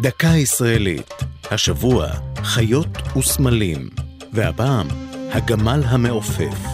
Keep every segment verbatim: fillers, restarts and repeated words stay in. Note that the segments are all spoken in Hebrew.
דקה ישראלית, השבוע חיות וסמלים, והפעם הגמל המעופף.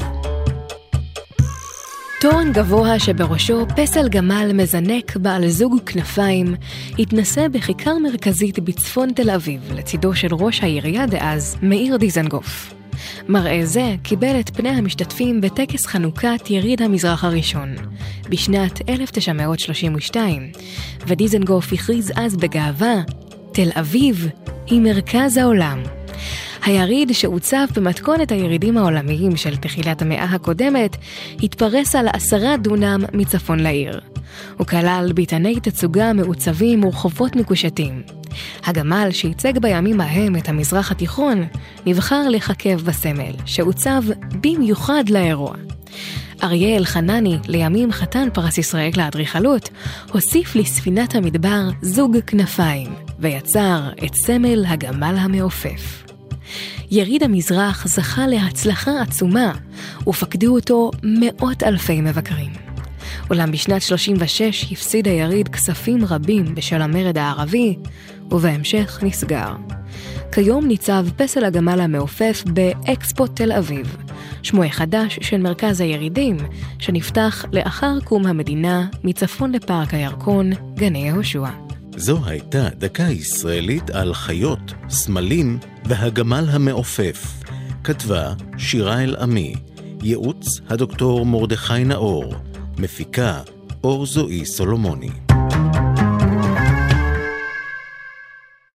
תורן גבוה שבראשו פסל גמל מזנק בעל זוג כנפיים התנסה בכיכר מרכזית בצפון תל אביב לצידו של ראש העירייה דאז מאיר דיזנגוף. מראה זה קיבל את פני המשתתפים בטקס חנוכת יריד המזרח הראשון בשנת אלף תשע מאות שלושים ושתיים, ודיזנגוף הכריז אז בגאווה: תל אביב היא מרכז העולם. היריד שעוצב במתכונת הירידים העולמיים של תחילת המאה הקודמת התפרס על עשרה דונם מצפון לעיר. הוא כלל ביתני תצוגה מעוצבים ורחובות מקושטים. הגמל שייצג בימים ההם את המזרח התיכון נבחר לחכב בסמל שעוצב במיוחד לאירוע. אריה אלחנני, לימים חתן פרס ישראל לאדריכלות, הוסיף לספינת המדבר זוג כנפיים ויצר את סמל הגמל המעופף. יריד המזרח זכה להצלחה עצומה, ופקדו אותו מאות אלפי מבקרים. אולם בשנת שלושים ושש הפסיד היריד כספים רבים בשל המרד הערבי, ובהמשך נסגר. כיום ניצב פסל הגמל המעופף באקספו תל אביב, שמו החדש של מרכז הירידים, שנפתח לאחר קום המדינה מצפון לפארק הירקון, גני יהושע. זו הייתה דקה ישראלית על חיות, סמלים והגמל המעופף. כתבה שירה אל עמי, ייעוץ הדוקטור מרדכי נאור, מפיקה אור זועי סולומוני.